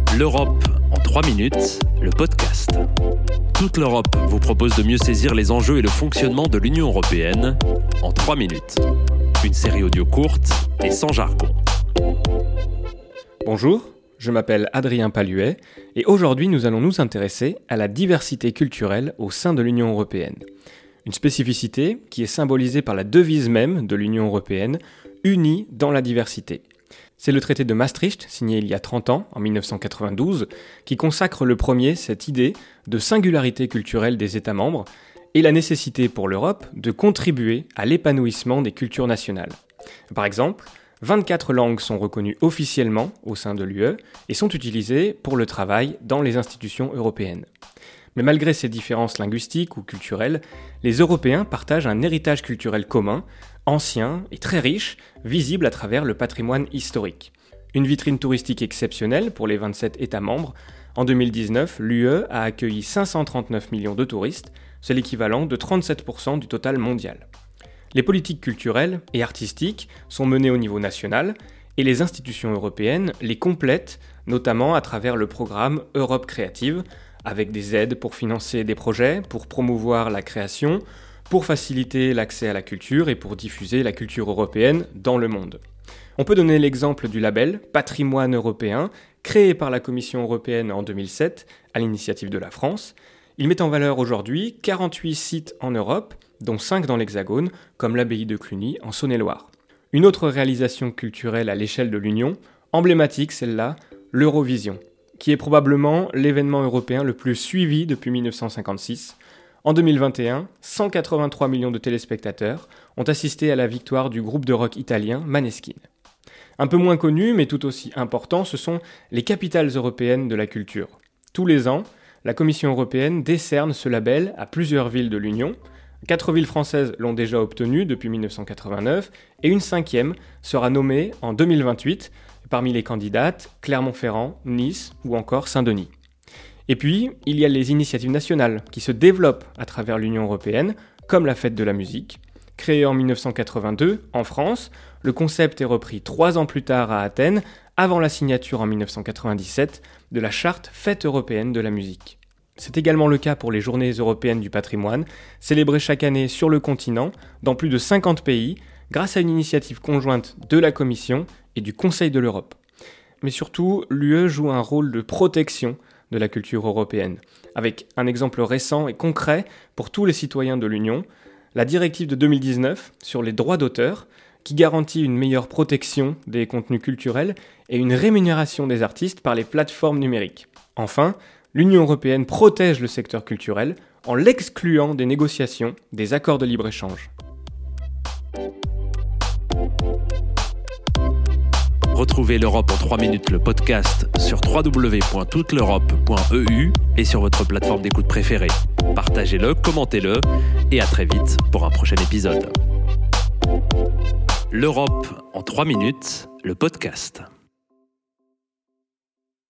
L'Europe en 3 minutes, le podcast. Toute l'Europe vous propose de mieux saisir les enjeux et le fonctionnement de l'Union européenne en 3 minutes. Une série audio courte et sans jargon. Bonjour, je m'appelle Adrien Paluet et aujourd'hui nous allons nous intéresser à la diversité culturelle au sein de l'Union européenne. Une spécificité qui est symbolisée par la devise même de l'Union européenne, unie dans la diversité. C'est le traité de Maastricht, signé il y a 30 ans, en 1992, qui consacre le premier cette idée de singularité culturelle des États membres et la nécessité pour l'Europe de contribuer à l'épanouissement des cultures nationales. Par exemple, 24 langues sont reconnues officiellement au sein de l'UE et sont utilisées pour le travail dans les institutions européennes. Mais malgré ces différences linguistiques ou culturelles, les Européens partagent un héritage culturel commun, ancien et très riche, visible à travers le patrimoine historique. Une vitrine touristique exceptionnelle pour les 27 États membres. En 2019, l'UE a accueilli 539 millions de touristes, c'est l'équivalent de 37% du total mondial. Les politiques culturelles et artistiques sont menées au niveau national et les institutions européennes les complètent, notamment à travers le programme Europe Créative, avec des aides pour financer des projets, pour promouvoir la création, pour faciliter l'accès à la culture et pour diffuser la culture européenne dans le monde. On peut donner l'exemple du label Patrimoine européen, créé par la Commission européenne en 2007, à l'initiative de la France. Il met en valeur aujourd'hui 48 sites en Europe, dont 5 dans l'Hexagone, comme l'abbaye de Cluny en Saône-et-Loire. Une autre réalisation culturelle à l'échelle de l'Union, emblématique celle-là, l'Eurovision, qui est probablement l'événement européen le plus suivi depuis 1956. En 2021, 183 millions de téléspectateurs ont assisté à la victoire du groupe de rock italien Maneskin. Un peu moins connu, mais tout aussi important, ce sont les capitales européennes de la culture. Tous les ans, la Commission européenne décerne ce label à plusieurs villes de l'Union. 4 villes françaises l'ont déjà obtenu depuis 1989, et une 5e sera nommée en 2028, parmi les candidates, Clermont-Ferrand, Nice ou encore Saint-Denis. Et puis, il y a les initiatives nationales qui se développent à travers l'Union européenne, comme la Fête de la musique. Créée en 1982 en France, le concept est repris 3 ans plus tard à Athènes, avant la signature en 1997 de la Charte Fête européenne de la musique. C'est également le cas pour les Journées européennes du patrimoine, célébrées chaque année sur le continent, dans plus de 50 pays, grâce à une initiative conjointe de la Commission et du Conseil de l'Europe. Mais surtout, l'UE joue un rôle de protection de la culture européenne, avec un exemple récent et concret pour tous les citoyens de l'Union, la directive de 2019 sur les droits d'auteur, qui garantit une meilleure protection des contenus culturels et une rémunération des artistes par les plateformes numériques. Enfin, l'Union européenne protège le secteur culturel en l'excluant des négociations des accords de libre-échange. Retrouvez l'Europe en 3 minutes, le podcast, sur www.touteleurope.eu et sur votre plateforme d'écoute préférée. Partagez-le, commentez-le et à très vite pour un prochain épisode. L'Europe en 3 minutes, le podcast.